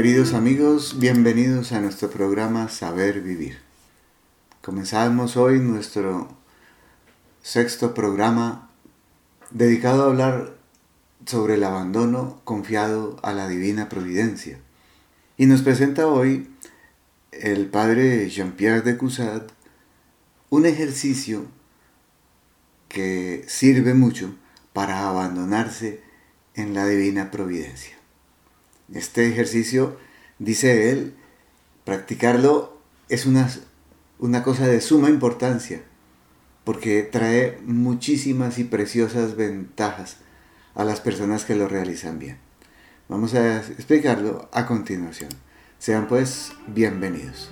Queridos amigos, bienvenidos a nuestro programa Saber Vivir. Comenzamos hoy nuestro sexto programa dedicado a hablar sobre el abandono confiado a la divina providencia. Y nos presenta hoy el padre Jean-Pierre de Caussade un ejercicio que sirve mucho para abandonarse en la divina providencia. Este ejercicio, dice él, practicarlo es una cosa de suma importancia porque trae muchísimas y preciosas ventajas a las personas que lo realizan bien. Vamos a explicarlo a continuación. Sean pues bienvenidos.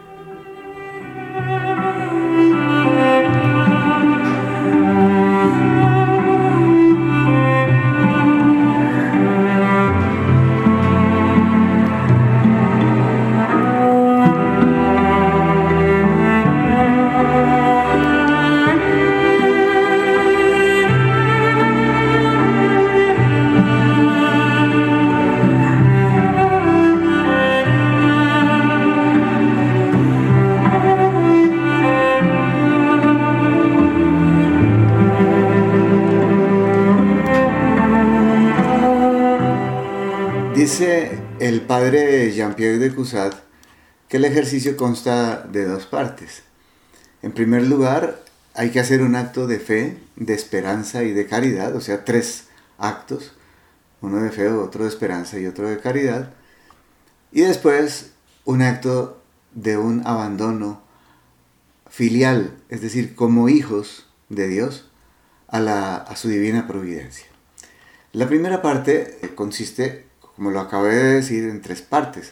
Dice el padre Jean-Pierre de Caussade que el ejercicio consta de dos partes. En primer lugar, hay que hacer un acto de fe, de esperanza y de caridad, o sea, 3 actos, uno de fe, otro de esperanza y otro de caridad, y después un acto de un abandono filial, es decir, como hijos de Dios a su divina providencia. La primera parte consiste, como lo acabé de decir, en 3 partes.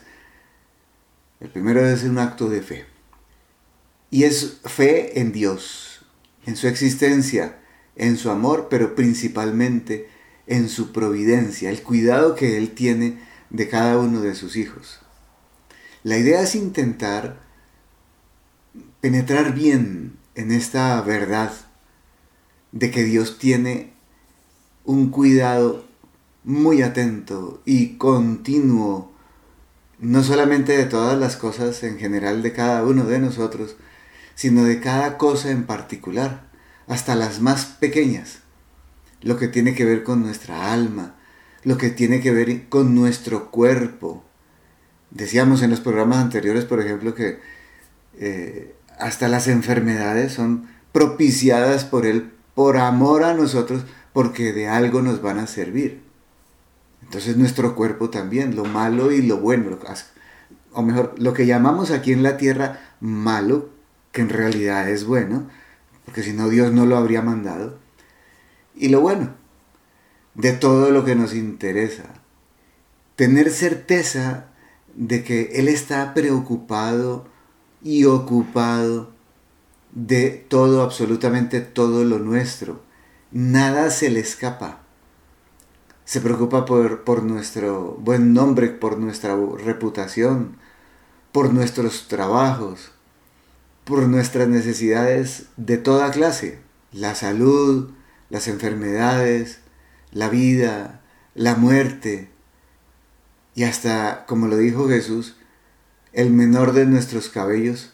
El primero es un acto de fe. Y es fe en Dios, en su existencia, en su amor, pero principalmente en su providencia, el cuidado que Él tiene de cada uno de sus hijos. La idea es intentar penetrar bien en esta verdad de que Dios tiene un cuidado muy atento y continuo, no solamente de todas las cosas en general de cada uno de nosotros, sino de cada cosa en particular, hasta las más pequeñas, lo que tiene que ver con nuestra alma, lo que tiene que ver con nuestro cuerpo. Decíamos en los programas anteriores, por ejemplo, que hasta las enfermedades son propiciadas por Él, por amor a nosotros, porque de algo nos van a servir. Entonces nuestro cuerpo también, lo malo y lo bueno, o mejor, lo que llamamos aquí en la tierra malo, que en realidad es bueno, porque si no Dios no lo habría mandado, y lo bueno, de todo lo que nos interesa. Tener certeza de que Él está preocupado y ocupado de todo, absolutamente todo lo nuestro. Nada se le escapa. Se preocupa por nuestro buen nombre, por nuestra reputación, por nuestros trabajos, por nuestras necesidades de toda clase. La salud, las enfermedades, la vida, la muerte. Y hasta, como lo dijo Jesús, el menor de nuestros cabellos,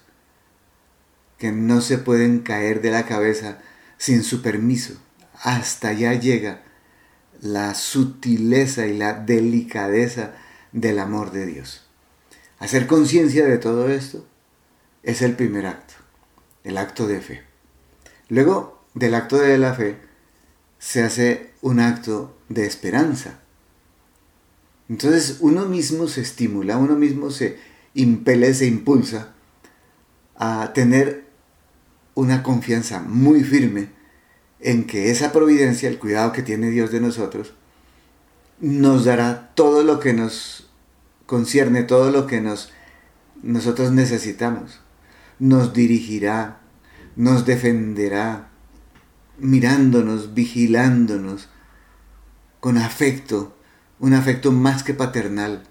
que no se pueden caer de la cabeza sin su permiso. Hasta allá llega la sutileza y la delicadeza del amor de Dios. Hacer conciencia de todo esto es el primer acto, el acto de fe. Luego del acto de la fe se hace un acto de esperanza. Entonces uno mismo se estimula, uno mismo se impele, se impulsa a tener una confianza muy firme en que esa providencia, el cuidado que tiene Dios de nosotros, nos dará todo lo que nos concierne, todo lo que nosotros necesitamos. Nos dirigirá, nos defenderá, mirándonos, vigilándonos, con afecto, un afecto más que paternal.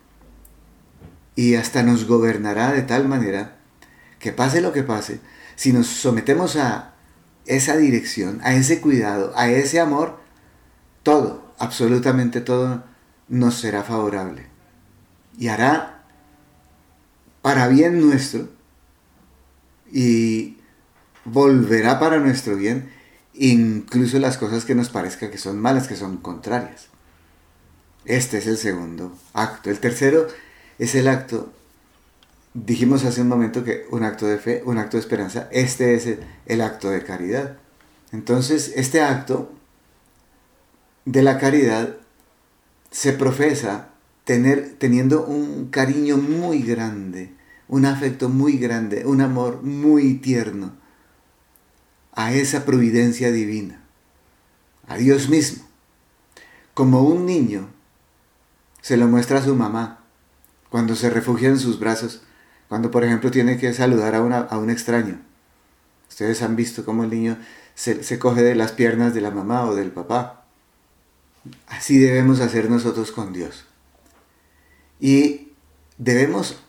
Y hasta nos gobernará de tal manera que pase lo que pase, si nos sometemos a esa dirección, a ese cuidado, a ese amor, todo, absolutamente todo, nos será favorable. Y hará para bien nuestro y volverá para nuestro bien, incluso las cosas que nos parezca que son malas, que son contrarias. Este es el segundo acto. El tercero es el acto, dijimos hace un momento que un acto de fe, un acto de esperanza. Este es el acto de caridad. Entonces, este acto de la caridad se profesa teniendo un cariño muy grande, un afecto muy grande, un amor muy tierno a esa providencia divina, a Dios mismo. Como un niño se lo muestra a su mamá cuando se refugia en sus brazos, cuando por ejemplo tiene que saludar a un extraño. Ustedes han visto cómo el niño se coge de las piernas de la mamá o del papá. Así debemos hacer nosotros con Dios. Y debemos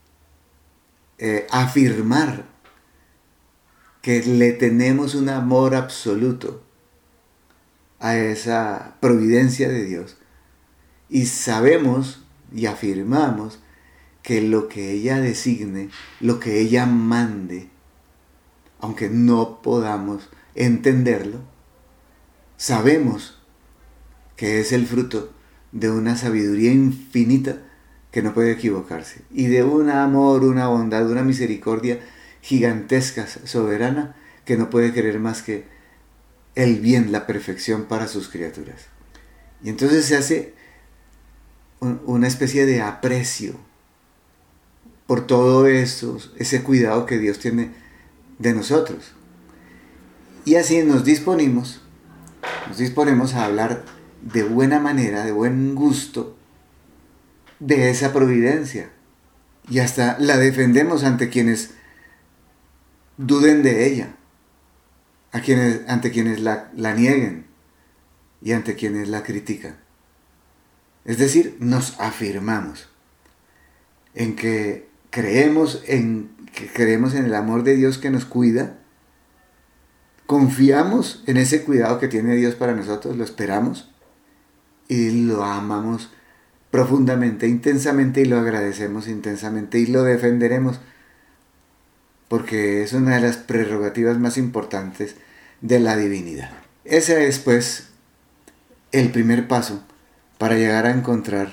afirmar que le tenemos un amor absoluto a esa providencia de Dios. Y sabemos y afirmamos que lo que ella designe, lo que ella mande, aunque no podamos entenderlo, sabemos que es el fruto de una sabiduría infinita que no puede equivocarse, y de un amor, una bondad, una misericordia gigantesca, soberana, que no puede querer más que el bien, la perfección para sus criaturas. Y entonces se hace una especie de aprecio por todo eso, ese cuidado que Dios tiene de nosotros. Y así nos disponemos a hablar de buena manera, de buen gusto, de esa providencia. Y hasta la defendemos ante quienes duden de ella, ante quienes la nieguen y ante quienes la critican. Es decir, nos afirmamos en que creemos en el amor de Dios que nos cuida, confiamos en ese cuidado que tiene Dios para nosotros, lo esperamos y lo amamos profundamente, intensamente, y lo agradecemos intensamente y lo defenderemos, porque es una de las prerrogativas más importantes de la divinidad. Ese es, pues, el primer paso para llegar a encontrar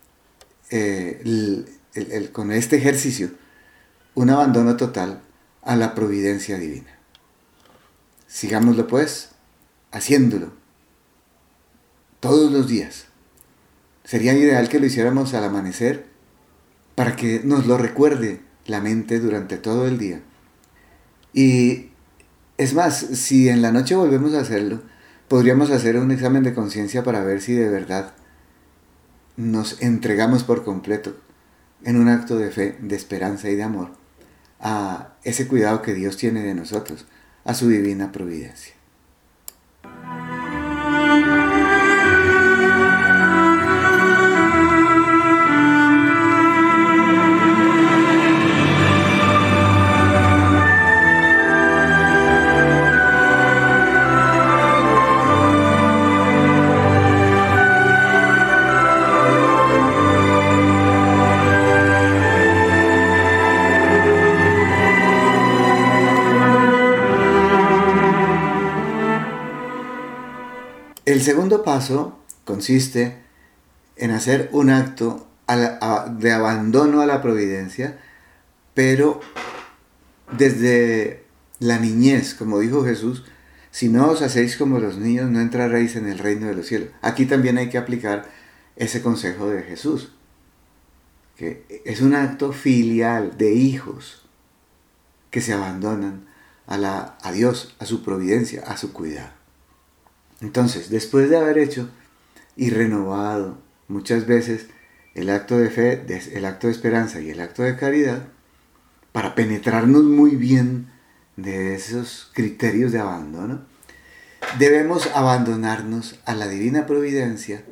con este ejercicio un abandono total a la providencia divina. Sigámoslo, pues, haciéndolo todos los días. Sería ideal que lo hiciéramos al amanecer para que nos lo recuerde la mente durante todo el día. Y es más, si en la noche volvemos a hacerlo, podríamos hacer un examen de conciencia para ver si de verdad nos entregamos por completo en un acto de fe, de esperanza y de amor a ese cuidado que Dios tiene de nosotros, a su divina providencia. El segundo paso consiste en hacer un acto de abandono a la providencia, pero desde la niñez, como dijo Jesús: si no os hacéis como los niños, no entraréis en el reino de los cielos. Aquí también hay que aplicar ese consejo de Jesús, que es un acto filial de hijos que se abandonan a Dios, a su providencia, a su cuidado. Entonces, después de haber hecho y renovado muchas veces el acto de fe, el acto de esperanza y el acto de caridad, para penetrarnos muy bien de esos criterios de abandono, debemos abandonarnos a la divina providencia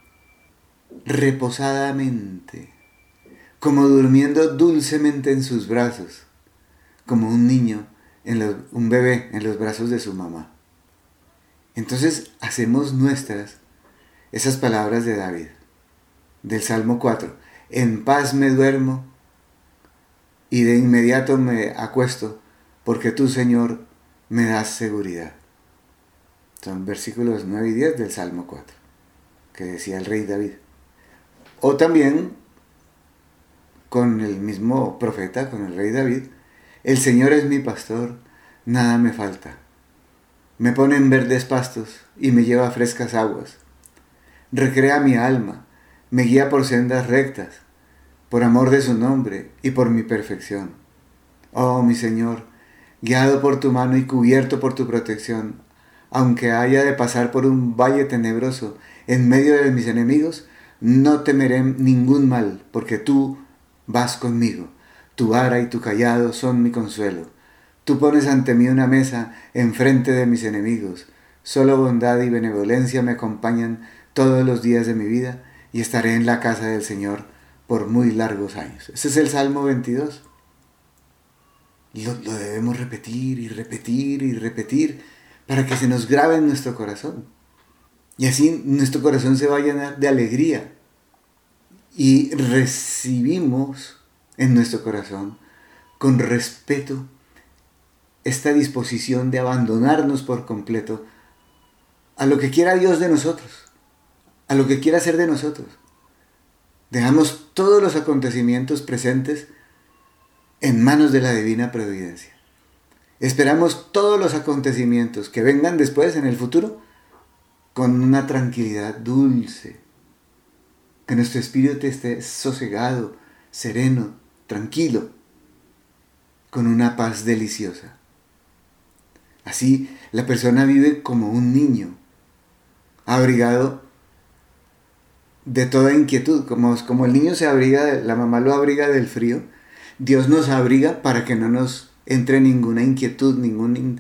reposadamente, como durmiendo dulcemente en sus brazos, como un niño, un bebé en los brazos de su mamá. Entonces hacemos nuestras esas palabras de David, del Salmo 4. En paz me duermo, y de inmediato me acuesto, porque tú, Señor, me das seguridad. Son versículos 9 y 10 del Salmo 4, que decía el rey David. O también, con el mismo profeta, con el rey David, el Señor es mi pastor, nada me falta. Me pone en verdes pastos y me lleva a frescas aguas. Recrea mi alma, me guía por sendas rectas, por amor de su nombre y por mi perfección. Oh, mi Señor, guiado por tu mano y cubierto por tu protección, aunque haya de pasar por un valle tenebroso en medio de mis enemigos, no temeré ningún mal, porque tú vas conmigo. Tu vara y tu cayado son mi consuelo. Tú pones ante mí una mesa enfrente de mis enemigos. Solo bondad y benevolencia me acompañan todos los días de mi vida y estaré en la casa del Señor por muy largos años. Ese es el Salmo 22. Lo debemos repetir y repetir y repetir para que se nos grabe en nuestro corazón. Y así nuestro corazón se va a llenar de alegría. Y recibimos en nuestro corazón con respeto esta disposición de abandonarnos por completo a lo que quiera Dios de nosotros, a lo que quiera hacer de nosotros. Dejamos todos los acontecimientos presentes en manos de la divina providencia. Esperamos todos los acontecimientos que vengan después en el futuro con una tranquilidad dulce. Que nuestro espíritu esté sosegado, sereno, tranquilo, con una paz deliciosa. Así la persona vive como un niño, abrigado de toda inquietud. Como el niño se abriga, la mamá lo abriga del frío, Dios nos abriga para que no nos entre ninguna inquietud, ninguna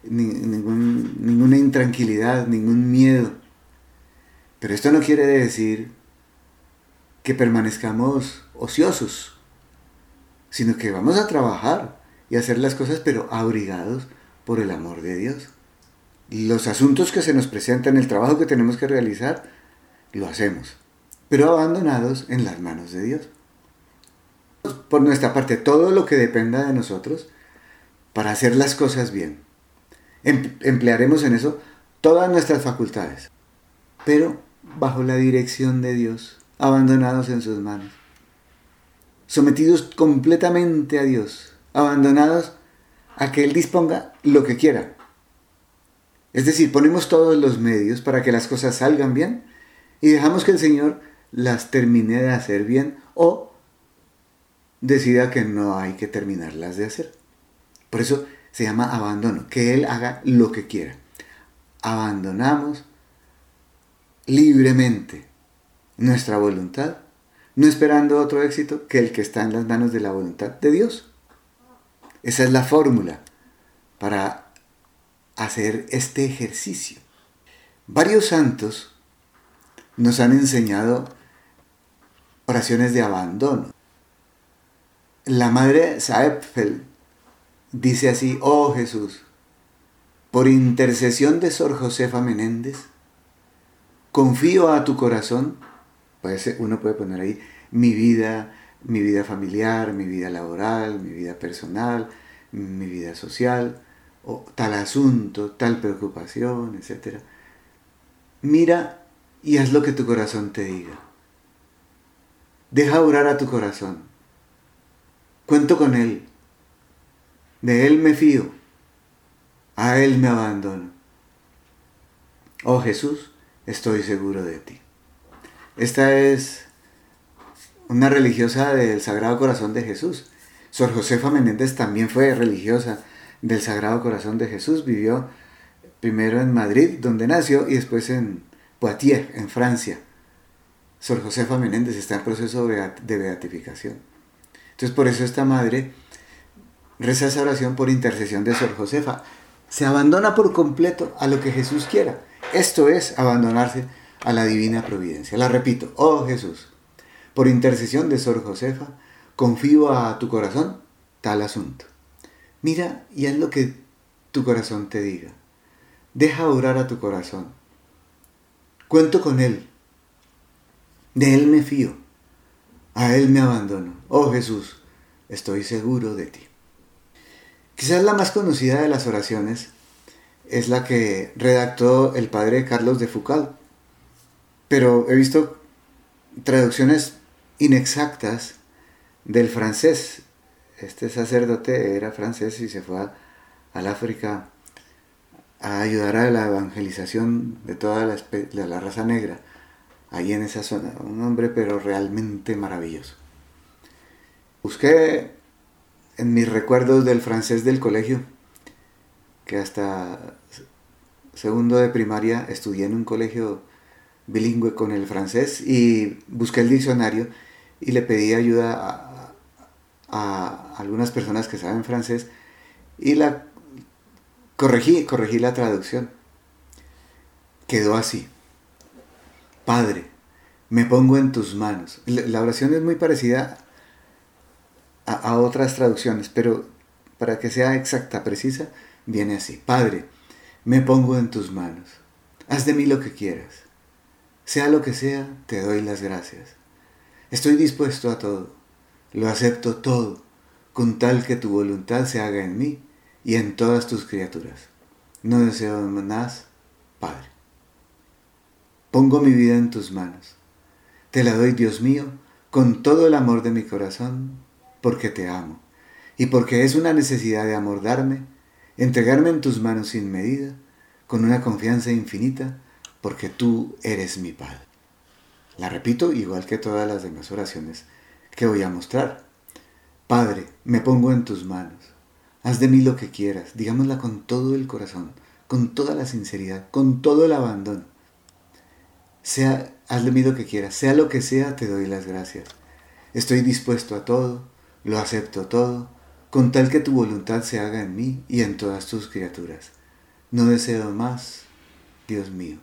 intranquilidad, ningún miedo. Pero esto no quiere decir que permanezcamos ociosos, sino que vamos a trabajar y hacer las cosas, pero abrigados por el amor de Dios. Los asuntos que se nos presentan, el trabajo que tenemos que realizar, lo hacemos, pero abandonados en las manos de Dios. Por nuestra parte, todo lo que dependa de nosotros para hacer las cosas bien. Emplearemos en eso todas nuestras facultades, pero bajo la dirección de Dios, abandonados en sus manos, sometidos completamente a Dios, abandonados a que Él disponga lo que quiera. Es decir, ponemos todos los medios para que las cosas salgan bien y dejamos que el Señor las termine de hacer bien o decida que no hay que terminarlas de hacer. Por eso se llama abandono, que Él haga lo que quiera. Abandonamos libremente nuestra voluntad, no esperando otro éxito que el que está en las manos de la voluntad de Dios. Esa es la fórmula para hacer este ejercicio. Varios santos nos han enseñado oraciones de abandono. La madre Saepfel dice así: oh Jesús, por intercesión de Sor Josefa Menéndez, confío a tu corazón, uno puede poner ahí mi vida familiar, mi vida laboral, mi vida personal, mi vida social, o tal asunto, tal preocupación, etc. Mira y haz lo que tu corazón te diga. Deja orar a tu corazón. Cuento con Él. De Él me fío. A Él me abandono. Oh Jesús, estoy seguro de ti. Esta es una religiosa del Sagrado Corazón de Jesús. Sor Josefa Menéndez también fue religiosa del Sagrado Corazón de Jesús. Vivió primero en Madrid, donde nació, y después en Poitiers, en Francia. Sor Josefa Menéndez está en proceso de beatificación. Entonces, por eso esta madre reza esa oración por intercesión de Sor Josefa. Se abandona por completo a lo que Jesús quiera. Esto es abandonarse a la divina providencia. La repito: oh Jesús, por intercesión de Sor Josefa, confío a tu corazón tal asunto. Mira y haz lo que tu corazón te diga. Deja orar a tu corazón. Cuento con Él. De Él me fío. A Él me abandono. Oh Jesús, estoy seguro de ti. Quizás la más conocida de las oraciones es la que redactó el padre Carlos de Foucauld, pero he visto traducciones inexactas del francés. Este sacerdote era francés y se fue al África a ayudar a la evangelización de toda la raza negra, ahí en esa zona. Un hombre pero realmente maravilloso. Busqué en mis recuerdos del francés del colegio, que hasta segundo de primaria estudié en un colegio bilingüe con el francés, y busqué el diccionario y le pedí ayuda a algunas personas que saben francés y corregí la traducción. Quedó así: Padre, me pongo en tus manos. La oración es muy parecida a otras traducciones, pero para que sea exacta, precisa, viene así: Padre, me pongo en tus manos. Haz de mí lo que quieras. Sea lo que sea, te doy las gracias. Estoy dispuesto a todo. Lo acepto todo, con tal que tu voluntad se haga en mí y en todas tus criaturas. No deseo más, Padre. Pongo mi vida en tus manos. Te la doy, Dios mío, con todo el amor de mi corazón, porque te amo, y porque es una necesidad de amor darme, entregarme en tus manos sin medida, con una confianza infinita, porque tú eres mi Padre. La repito igual que todas las demás oraciones que voy a mostrar. Padre, me pongo en tus manos. Haz de mí lo que quieras. Digámosla con todo el corazón, con toda la sinceridad, con todo el abandono. Haz de mí lo que quieras. Sea lo que sea, te doy las gracias. Estoy dispuesto a todo, lo acepto todo, con tal que tu voluntad se haga en mí y en todas tus criaturas. No deseo más, Dios mío.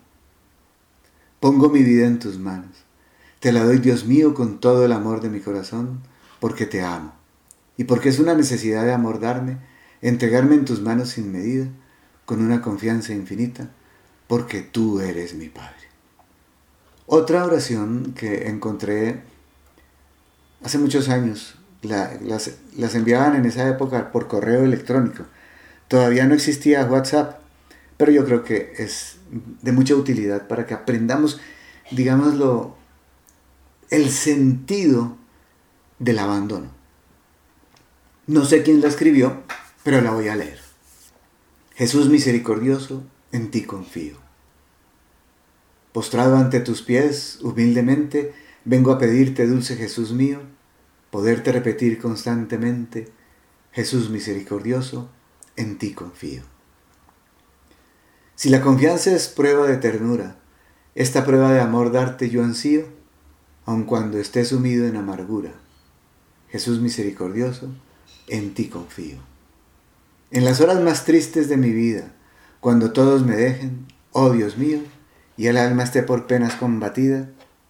Pongo mi vida en tus manos. Te la doy, Dios mío, con todo el amor de mi corazón, porque te amo. Y porque es una necesidad de amor darme, entregarme en tus manos sin medida, con una confianza infinita, porque tú eres mi Padre. Otra oración que encontré hace muchos años, las enviaban en esa época por correo electrónico. Todavía no existía WhatsApp, pero yo creo que es de mucha utilidad para que aprendamos, digámoslo, el sentido del abandono. No sé quién la escribió, pero la voy a leer. Jesús misericordioso, en ti confío. Postrado ante tus pies, humildemente, vengo a pedirte, dulce Jesús mío, poderte repetir constantemente: Jesús misericordioso, en ti confío. Si la confianza es prueba de ternura, esta prueba de amor darte yo ansío, aun cuando esté sumido en amargura. Jesús misericordioso, en ti confío. En las horas más tristes de mi vida, cuando todos me dejen, oh Dios mío, y el alma esté por penas combatida,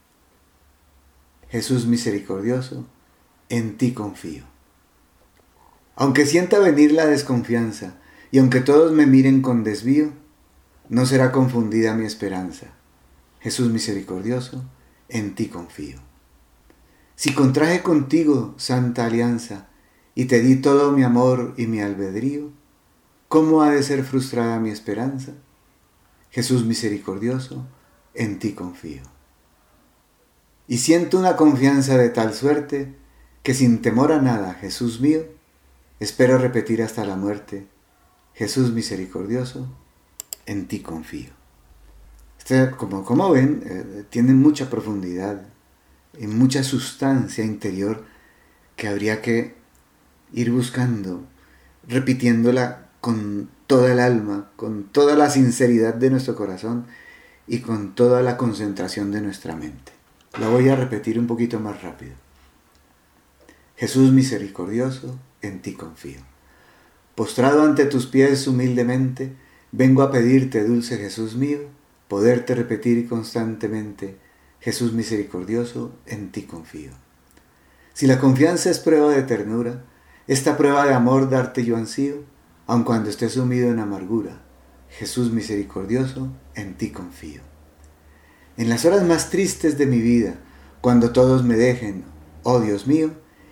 Jesús misericordioso, en ti confío. Aunque sienta venir la desconfianza, y aunque todos me miren con desvío, no será confundida mi esperanza. Jesús misericordioso, en ti confío. Si contraje contigo santa alianza, y te di todo mi amor y mi albedrío, ¿cómo ha de ser frustrada mi esperanza? Jesús misericordioso, en ti confío. Y siento una confianza de tal suerte, que sin temor a nada, Jesús mío, espero repetir hasta la muerte: Jesús misericordioso, en ti confío. Como ven, tiene mucha profundidad y mucha sustancia interior que habría que ir buscando, repitiéndola con toda el alma, con toda la sinceridad de nuestro corazón y con toda la concentración de nuestra mente. La voy a repetir un poquito más rápido. Jesús misericordioso, en ti confío. Postrado ante tus pies humildemente, vengo a pedirte, dulce Jesús mío, poderte repetir constantemente: Jesús misericordioso, en ti confío. Si la confianza es prueba de ternura, esta prueba de amor darte yo ansío, aun cuando esté sumido en amargura. Jesús misericordioso, en ti confío. En las horas más tristes de mi vida, cuando todos me dejen, oh Dios mío,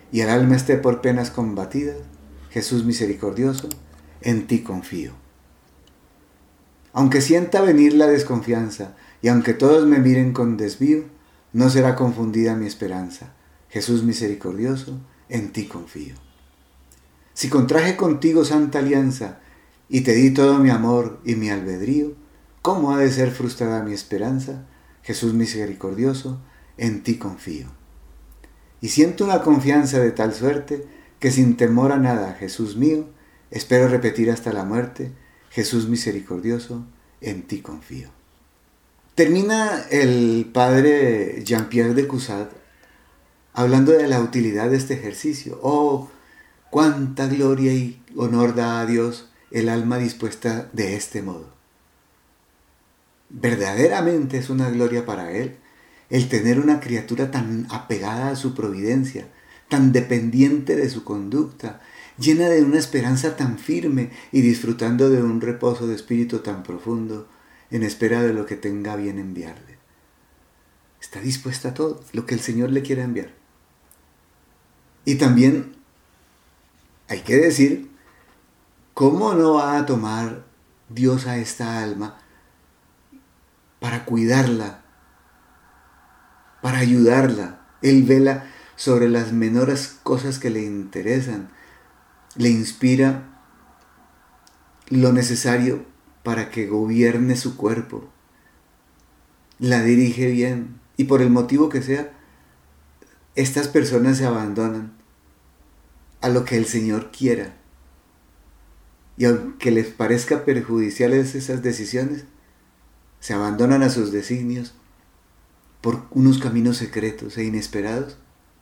y el alma esté por penas combatidas, Jesús misericordioso, en ti confío. Aunque sienta venir la desconfianza, y aunque todos me miren con desvío, no será confundida mi esperanza. Jesús misericordioso, en ti confío. Si contraje contigo santa alianza, y te di todo mi amor y mi albedrío, ¿cómo ha de ser frustrada mi esperanza? Jesús misericordioso, en ti confío. Y siento una confianza de tal suerte, que sin temor a nada, Jesús mío, espero repetir hasta la muerte, Jesús misericordioso, en ti confío. Termina el padre Jean-Pierre de Caussade hablando de la utilidad de este ejercicio. Oh, cuánta gloria y honor da a Dios el alma dispuesta de este modo. Verdaderamente es una gloria para Él el tener una criatura tan apegada a su providencia, tan dependiente de su conducta, llena de una esperanza tan firme y disfrutando de un reposo de espíritu tan profundo, en espera de lo que tenga a bien enviarle. Está dispuesta a todo lo que el Señor le quiera enviar. Y también hay que decir, ¿cómo no va a tomar Dios a esta alma para cuidarla, para ayudarla? Él vela sobre las menores cosas que le interesan, le inspira lo necesario para que gobierne su cuerpo, la dirige bien, y por el motivo que sea, estas personas se abandonan a lo que el Señor quiera. Y aunque les parezca perjudiciales esas decisiones, se abandonan a sus designios por unos caminos secretos e inesperados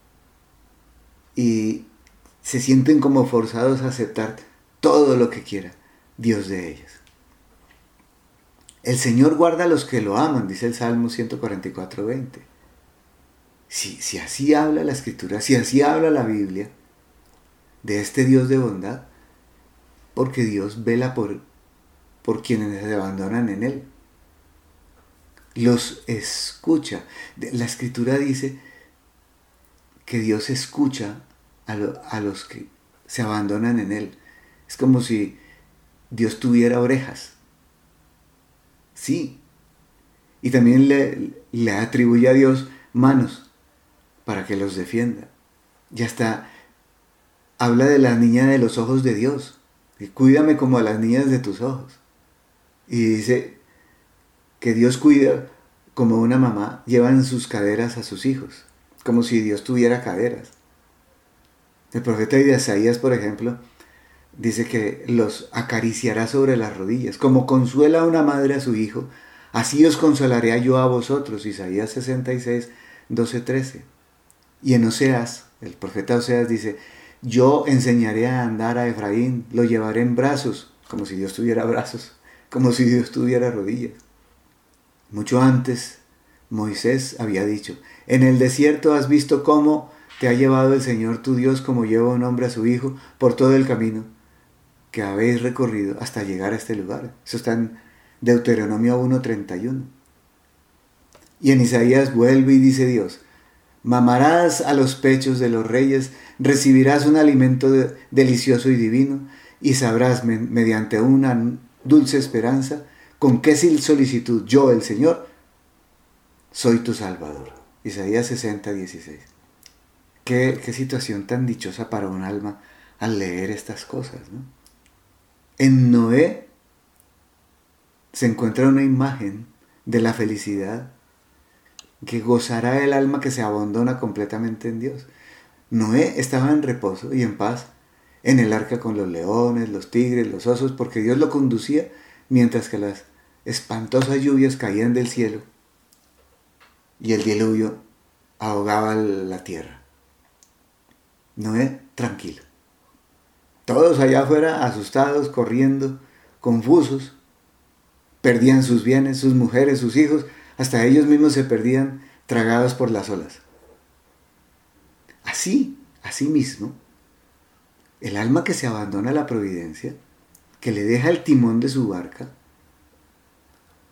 y se sienten como forzados a aceptar todo lo que quiera Dios de ellos. El Señor guarda a los que lo aman, dice el Salmo 144:20. Si así habla la Escritura, si así habla la Biblia, de este Dios de bondad, porque Dios vela por quienes se abandonan en Él. Los escucha. La Escritura dice que Dios escucha a los que se abandonan en Él. Es como si Dios tuviera orejas. Sí. Y también le atribuye a Dios manos para que los defienda. Ya está. Habla de la niña de los ojos de Dios. Cuídame como a las niñas de tus ojos. Y dice que Dios cuida como una mamá lleva en sus caderas a sus hijos. Como si Dios tuviera caderas. El profeta Isaías, por ejemplo, dice que los acariciará sobre las rodillas. Como consuela una madre a su hijo, así os consolaré yo a vosotros. Isaías 66, 12, 13. Y en Oseas, el profeta Oseas dice, yo enseñaré a andar a Efraín, lo llevaré en brazos, como si Dios tuviera brazos, como si Dios tuviera rodillas. Mucho antes, Moisés había dicho, en el desierto has visto cómo te ha llevado el Señor tu Dios como lleva un hombre a su hijo por todo el camino que habéis recorrido hasta llegar a este lugar. Eso está en Deuteronomio 1:31. Y en Isaías vuelve y dice Dios, mamarás a los pechos de los reyes, recibirás un alimento delicioso y divino, y sabrás mediante una dulce esperanza con qué solicitud yo, el Señor, soy tu Salvador. Isaías 60:16. Qué situación tan dichosa para un alma al leer estas cosas, ¿no? En Noé se encuentra una imagen de la felicidad que gozará el alma que se abandona completamente en Dios. Noé estaba en reposo y en paz en el arca con los leones, los tigres, los osos, porque Dios lo conducía mientras que las espantosas lluvias caían del cielo y el diluvio ahogaba la tierra. Noé tranquilo. Todos allá afuera asustados, corriendo, confusos, perdían sus bienes, sus mujeres, sus hijos, hasta ellos mismos se perdían tragados por las olas. Así mismo, el alma que se abandona a la providencia, que le deja el timón de su barca,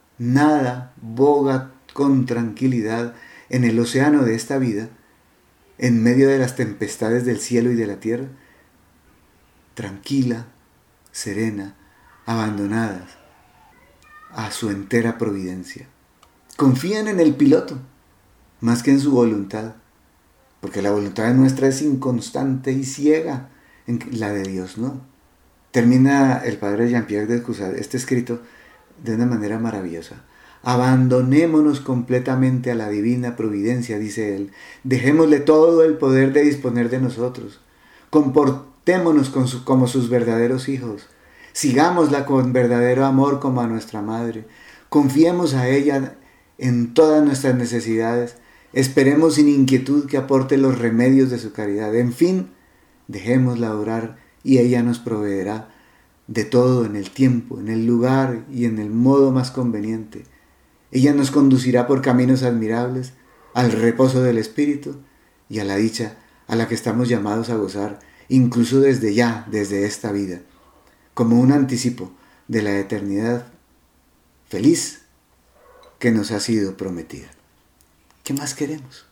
nada, boga con tranquilidad en el océano de esta vida, en medio de las tempestades del cielo y de la tierra, tranquila, serena, abandonadas a su entera providencia. Confían en el piloto más que en su voluntad, porque la voluntad nuestra es inconstante y ciega, en la de Dios no. Termina el padre Jean-Pierre de Cusat este escrito de una manera maravillosa. Abandonémonos completamente a la divina providencia, dice él. Dejémosle todo el poder de disponer de nosotros. Comportémonos como sus verdaderos hijos. Sigámosla con verdadero amor como a nuestra madre. Confiemos a ella en todas nuestras necesidades. Esperemos sin inquietud que aporte los remedios de su caridad. En fin, dejémosla orar y ella nos proveerá de todo en el tiempo, en el lugar y en el modo más conveniente. Ella nos conducirá por caminos admirables al reposo del Espíritu y a la dicha a la que estamos llamados a gozar, incluso desde ya, desde esta vida, como un anticipo de la eternidad feliz que nos ha sido prometida. ¿Qué más queremos?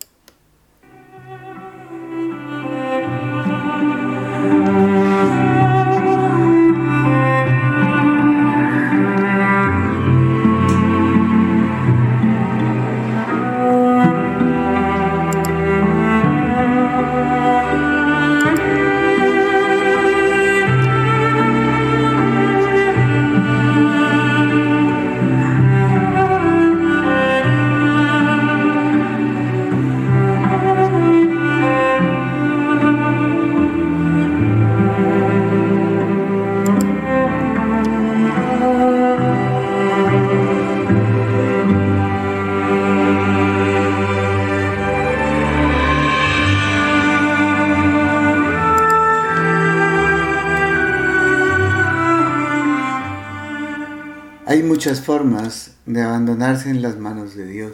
Hay muchas formas de abandonarse en las manos de Dios.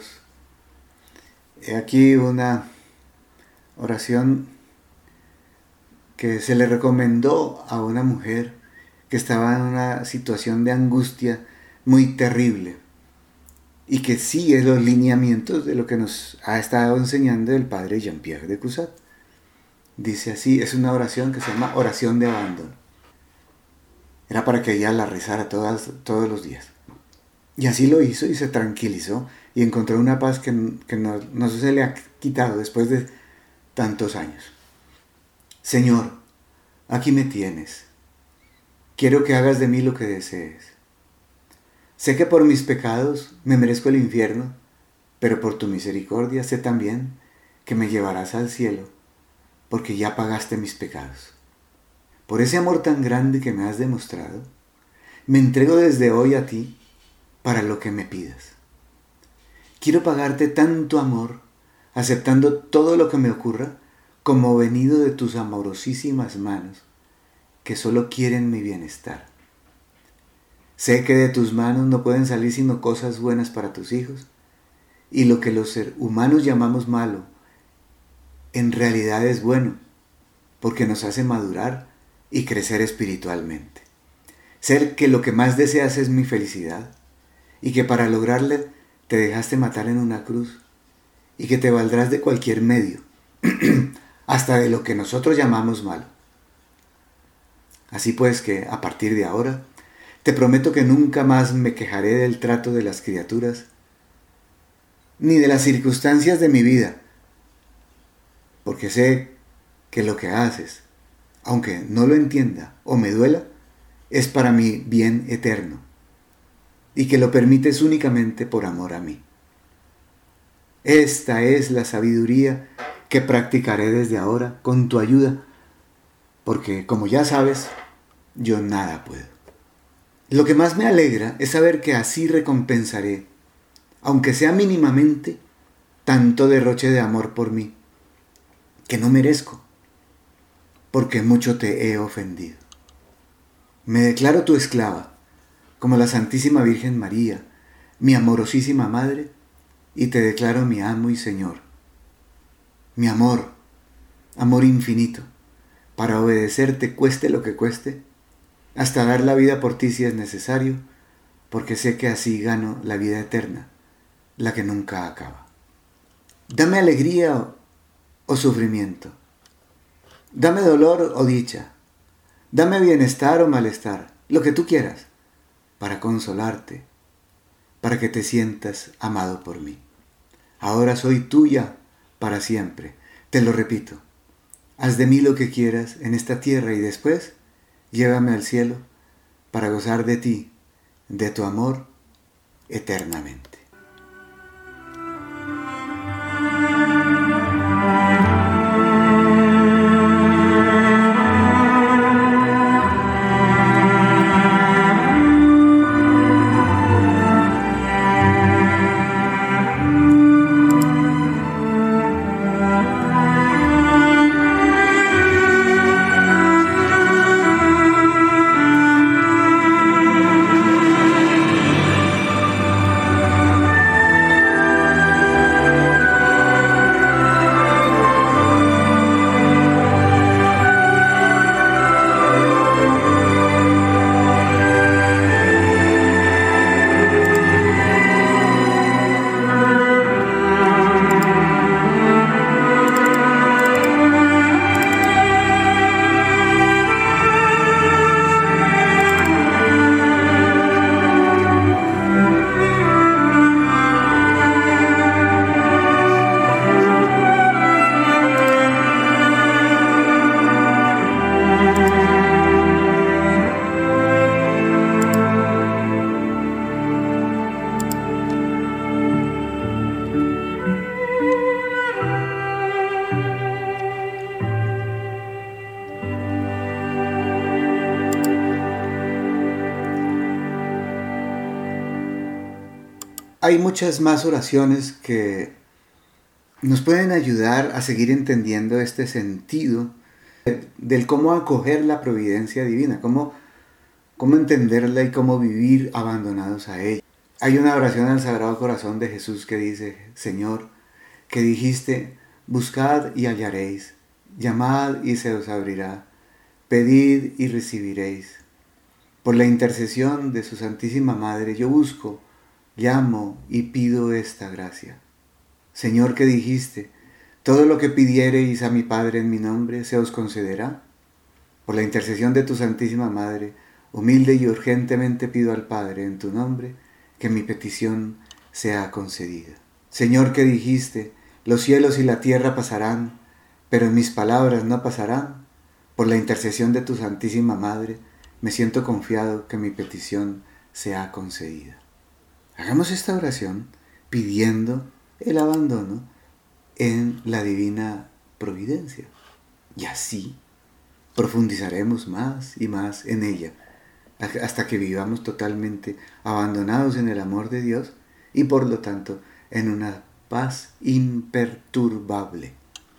He aquí una oración que se le recomendó a una mujer que estaba en una situación de angustia muy terrible y que sigue los lineamientos de lo que nos ha estado enseñando el padre Jean-Pierre de Cusat. Dice así, es una oración que se llama oración de abandono. Era para que ella la rezara todos los días. Y así lo hizo y se tranquilizó y encontró una paz que no se le ha quitado después de tantos años. Señor, aquí me tienes. Quiero que hagas de mí lo que desees. Sé que por mis pecados me merezco el infierno, pero por tu misericordia sé también que me llevarás al cielo, porque ya pagaste mis pecados. Por ese amor tan grande que me has demostrado, me entrego desde hoy a ti para lo que me pidas. Quiero pagarte tanto amor, aceptando todo lo que me ocurra, como venido de tus amorosísimas manos, que solo quieren mi bienestar. Sé que de tus manos no pueden salir sino cosas buenas para tus hijos, y lo que los humanos llamamos malo, en realidad es bueno, porque nos hace madurar y crecer espiritualmente. Sé que lo que más deseas es mi felicidad, y que para lograrla te dejaste matar en una cruz, y que te valdrás de cualquier medio, hasta de lo que nosotros llamamos malo. Así pues que, a partir de ahora, te prometo que nunca más me quejaré del trato de las criaturas, ni de las circunstancias de mi vida, porque sé que lo que haces, aunque no lo entienda o me duela, es para mi bien eterno, y que lo permites únicamente por amor a mí. Esta es la sabiduría que practicaré desde ahora con tu ayuda, porque, como ya sabes, yo nada puedo. Lo que más me alegra es saber que así recompensaré, aunque sea mínimamente, tanto derroche de amor por mí, que no merezco, porque mucho te he ofendido. Me declaro tu esclava, como la Santísima Virgen María, mi amorosísima Madre, y te declaro mi amo y Señor. Mi amor, amor infinito, para obedecerte cueste lo que cueste, hasta dar la vida por ti si es necesario, porque sé que así gano la vida eterna, la que nunca acaba. Dame alegría, o sufrimiento. Dame dolor o dicha. Dame bienestar o malestar, lo que tú quieras, para consolarte, para que te sientas amado por mí. Ahora soy tuya para siempre. Te lo repito. Haz de mí lo que quieras en esta tierra y después llévame al cielo para gozar de ti, de tu amor, eternamente. Hay muchas más oraciones que nos pueden ayudar a seguir entendiendo este sentido del cómo acoger la providencia divina, cómo entenderla y cómo vivir abandonados a ella. Hay una oración al Sagrado Corazón de Jesús que dice: Señor, que dijiste, buscad y hallaréis, llamad y se os abrirá, pedid y recibiréis. Por la intercesión de su Santísima Madre yo busco, llamo y pido esta gracia. Señor, que dijiste, todo lo que pidiereis a mi Padre en mi nombre se os concederá. Por la intercesión de tu Santísima Madre, humilde y urgentemente pido al Padre en tu nombre que mi petición sea concedida. Señor, que dijiste, los cielos y la tierra pasarán, pero mis palabras no pasarán. Por la intercesión de tu Santísima Madre, me siento confiado que mi petición sea concedida. Hagamos esta oración pidiendo el abandono en la divina providencia. Y así profundizaremos más y más en ella, hasta que vivamos totalmente abandonados en el amor de Dios y por lo tanto en una paz imperturbable.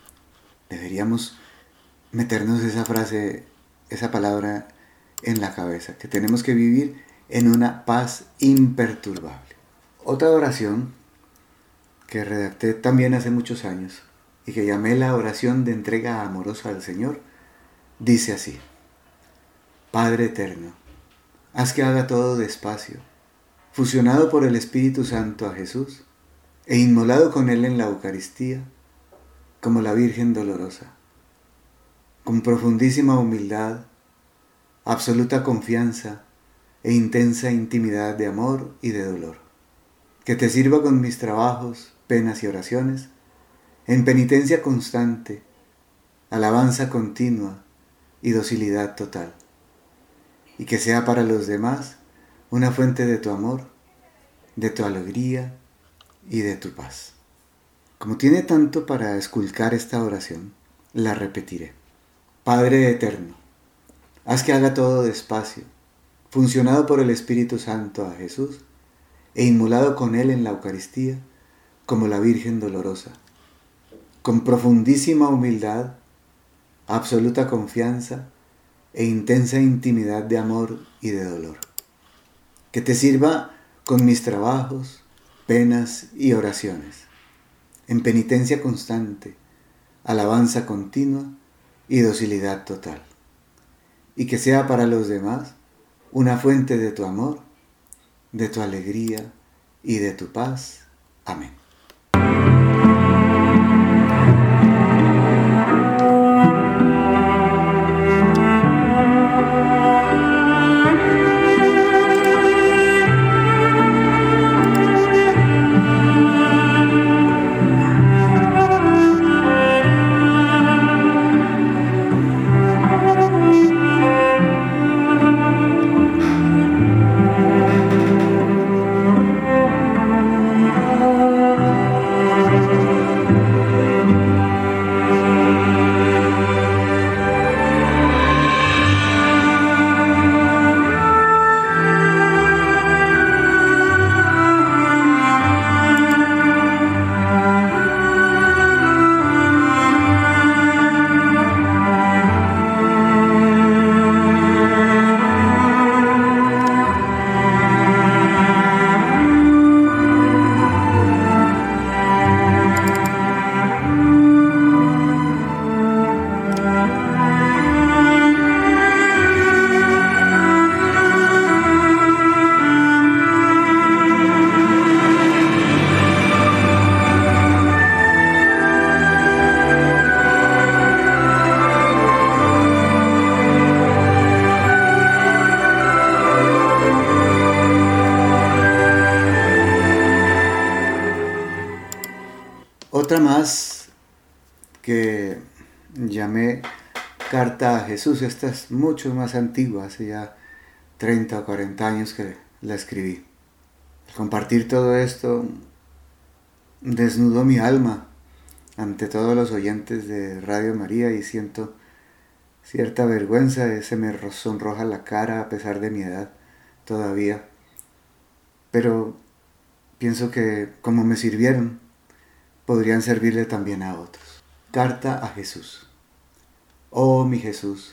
Deberíamos meternos esa frase, esa palabra en la cabeza, que tenemos que vivir en una paz imperturbable. Otra oración que redacté también hace muchos años y que llamé la oración de entrega amorosa al Señor, dice así: Padre eterno, haz que haga todo despacio, fusionado por el Espíritu Santo a Jesús e inmolado con Él en la Eucaristía, como la Virgen dolorosa, con profundísima humildad, absoluta confianza e intensa intimidad de amor y de dolor. Que te sirva con mis trabajos, penas y oraciones, en penitencia constante, alabanza continua y docilidad total. Y que sea para los demás una fuente de tu amor, de tu alegría y de tu paz. Como tiene tanto para esculcar esta oración, la repetiré. Padre eterno, haz que haga todo despacio, funcionado por el Espíritu Santo a Jesús, e inmolado con Él en la Eucaristía, como la Virgen dolorosa, con profundísima humildad, absoluta confianza e intensa intimidad de amor y de dolor. Que te sirva con mis trabajos, penas y oraciones, en penitencia constante, alabanza continua y docilidad total. Y que sea para los demás una fuente de tu amor, de tu alegría y de tu paz. Amén. Otra más que llamé Carta a Jesús. Esta es mucho más antigua, hace ya 30 o 40 años que la escribí. Al compartir todo esto, desnudo mi alma ante todos los oyentes de Radio María y siento cierta vergüenza, se me sonroja la cara a pesar de mi edad todavía. Pero pienso que como me sirvieron, podrían servirle también a otros. Carta a Jesús. Oh mi Jesús,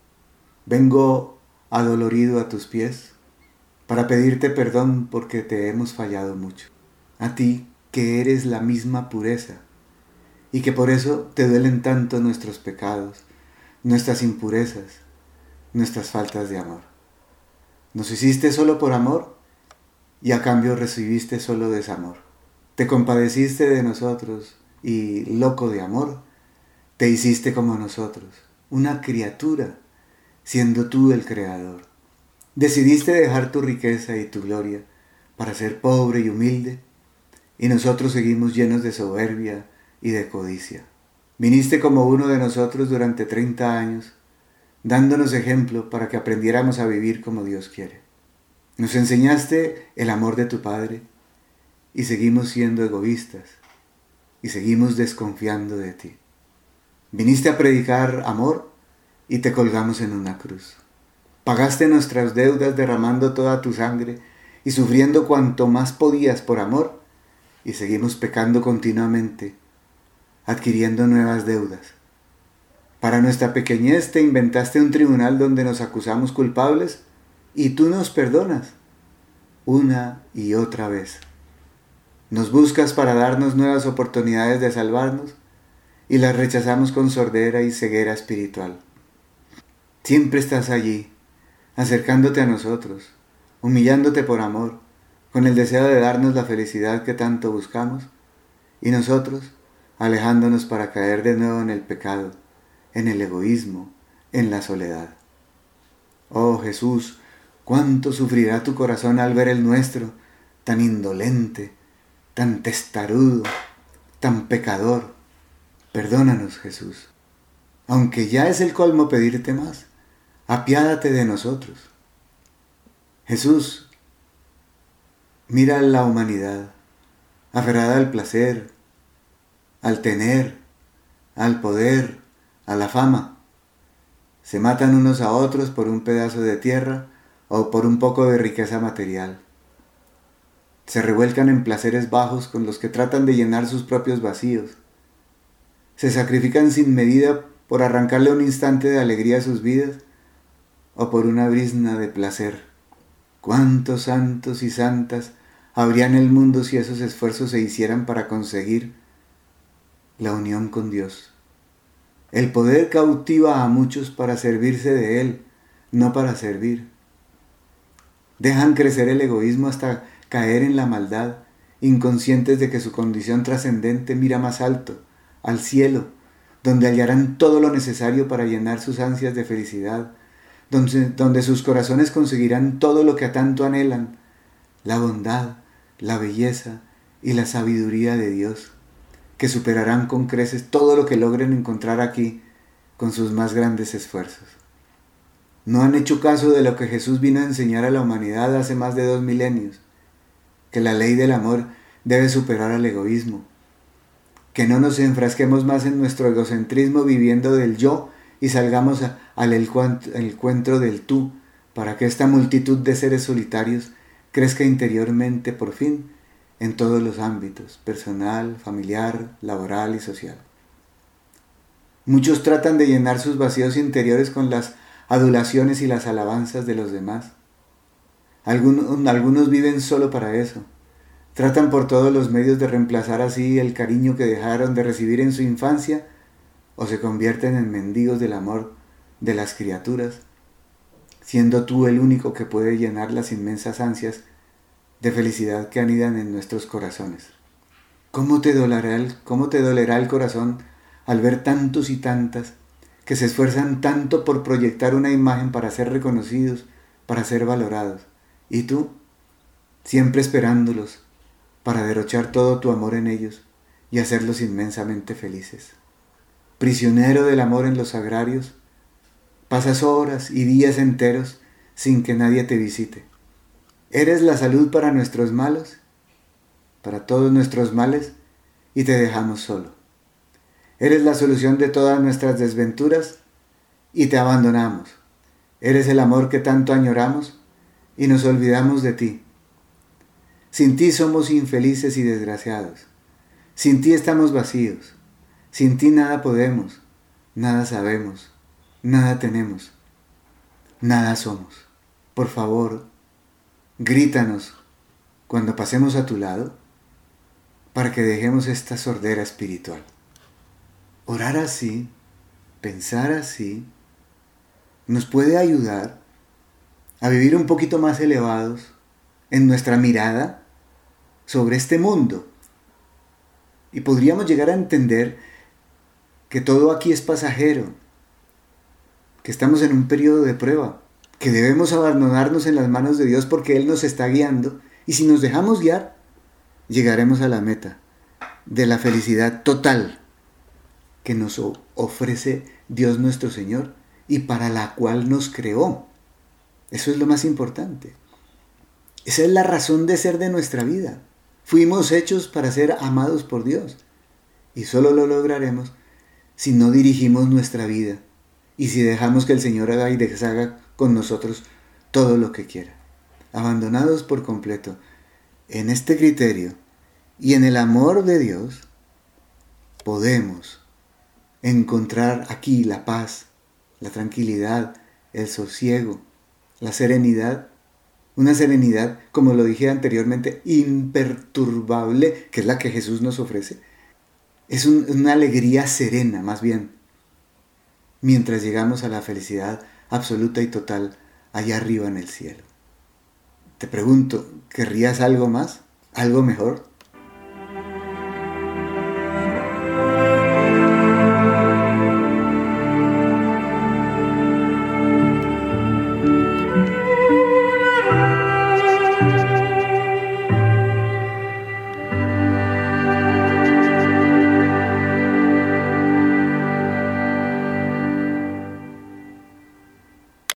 vengo adolorido a tus pies para pedirte perdón porque te hemos fallado mucho. A ti que eres la misma pureza y que por eso te duelen tanto nuestros pecados, nuestras impurezas, nuestras faltas de amor. Nos hiciste solo por amor y a cambio recibiste solo desamor. Te compadeciste de nosotros y, loco de amor, te hiciste como nosotros, una criatura, siendo tú el creador. Decidiste dejar tu riqueza y tu gloria para ser pobre y humilde, y nosotros seguimos llenos de soberbia y de codicia. Viniste como uno de nosotros durante 30 años, dándonos ejemplo para que aprendiéramos a vivir como Dios quiere. Nos enseñaste el amor de tu Padre y seguimos siendo egoístas y seguimos desconfiando de ti. Viniste a predicar amor y te colgamos en una cruz. Pagaste nuestras deudas derramando toda tu sangre y sufriendo cuanto más podías por amor y seguimos pecando continuamente, adquiriendo nuevas deudas. Para nuestra pequeñez te inventaste un tribunal donde nos acusamos culpables y tú nos perdonas una y otra vez. Nos buscas para darnos nuevas oportunidades de salvarnos y las rechazamos con sordera y ceguera espiritual. Siempre estás allí, acercándote a nosotros, humillándote por amor, con el deseo de darnos la felicidad que tanto buscamos, y nosotros alejándonos para caer de nuevo en el pecado, en el egoísmo, en la soledad. Oh Jesús, cuánto sufrirá tu corazón al ver el nuestro, tan indolente, tan testarudo, tan pecador. Perdónanos, Jesús. Aunque ya es el colmo pedirte más, apiádate de nosotros. Jesús, mira la humanidad, aferrada al placer, al tener, al poder, a la fama. Se matan unos a otros por un pedazo de tierra o por un poco de riqueza material. Se revuelcan en placeres bajos con los que tratan de llenar sus propios vacíos. Se sacrifican sin medida por arrancarle un instante de alegría a sus vidas o por una brizna de placer. ¿Cuántos santos y santas habría en el mundo si esos esfuerzos se hicieran para conseguir la unión con Dios? El poder cautiva a muchos para servirse de Él, no para servir. Dejan crecer el egoísmo hasta caer en la maldad, inconscientes de que su condición trascendente mira más alto, al cielo, donde hallarán todo lo necesario para llenar sus ansias de felicidad, donde sus corazones conseguirán todo lo que a tanto anhelan, la bondad, la belleza y la sabiduría de Dios, que superarán con creces todo lo que logren encontrar aquí con sus más grandes esfuerzos. No han hecho caso de lo que Jesús vino a enseñar a la humanidad hace más de 2 milenios, que la ley del amor debe superar al egoísmo, que no nos enfrasquemos más en nuestro egocentrismo viviendo del yo y salgamos al encuentro del tú, para que esta multitud de seres solitarios crezca interiormente por fin en todos los ámbitos, personal, familiar, laboral y social. Muchos tratan de llenar sus vacíos interiores con las adulaciones y las alabanzas de los demás. Algunos viven solo para eso. Tratan por todos los medios de reemplazar así el cariño que dejaron de recibir en su infancia o se convierten en mendigos del amor de las criaturas, siendo tú el único que puede llenar las inmensas ansias de felicidad que anidan en nuestros corazones. ¿Cómo te dolerá el corazón al ver tantos y tantas que se esfuerzan tanto por proyectar una imagen para ser reconocidos, para ser valorados? Y tú, siempre esperándolos, para derrochar todo tu amor en ellos, y hacerlos inmensamente felices. Prisionero del amor en los agrarios, pasas horas y días enteros sin que nadie te visite. Eres la salud para nuestros malos, para todos nuestros males, y te dejamos solo. Eres la solución de todas nuestras desventuras y te abandonamos. Eres el amor que tanto añoramos y nos olvidamos de ti. Sin ti somos infelices y desgraciados. Sin ti estamos vacíos. Sin ti nada podemos, nada sabemos, nada tenemos, nada somos. Por favor, grítanos cuando pasemos a tu lado para que dejemos esta sordera espiritual. Orar así, pensar así, nos puede ayudar a vivir un poquito más elevados en nuestra mirada sobre este mundo. Y podríamos llegar a entender que todo aquí es pasajero, que estamos en un periodo de prueba, que debemos abandonarnos en las manos de Dios porque Él nos está guiando, y si nos dejamos guiar, llegaremos a la meta de la felicidad total que nos ofrece Dios nuestro Señor y para la cual nos creó. Eso es lo más importante. Esa es la razón de ser de nuestra vida. Fuimos hechos para ser amados por Dios y solo lo lograremos si no dirigimos nuestra vida y si dejamos que el Señor haga y deshaga con nosotros todo lo que quiera. Abandonados por completo en este criterio y en el amor de Dios, podemos encontrar aquí la paz, la tranquilidad, el sosiego, la serenidad. Una serenidad, como lo dije anteriormente, imperturbable, que es la que Jesús nos ofrece. Es una alegría serena, más bien, mientras llegamos a la felicidad absoluta y total allá arriba en el cielo. Te pregunto, ¿querrías algo más? ¿Algo mejor?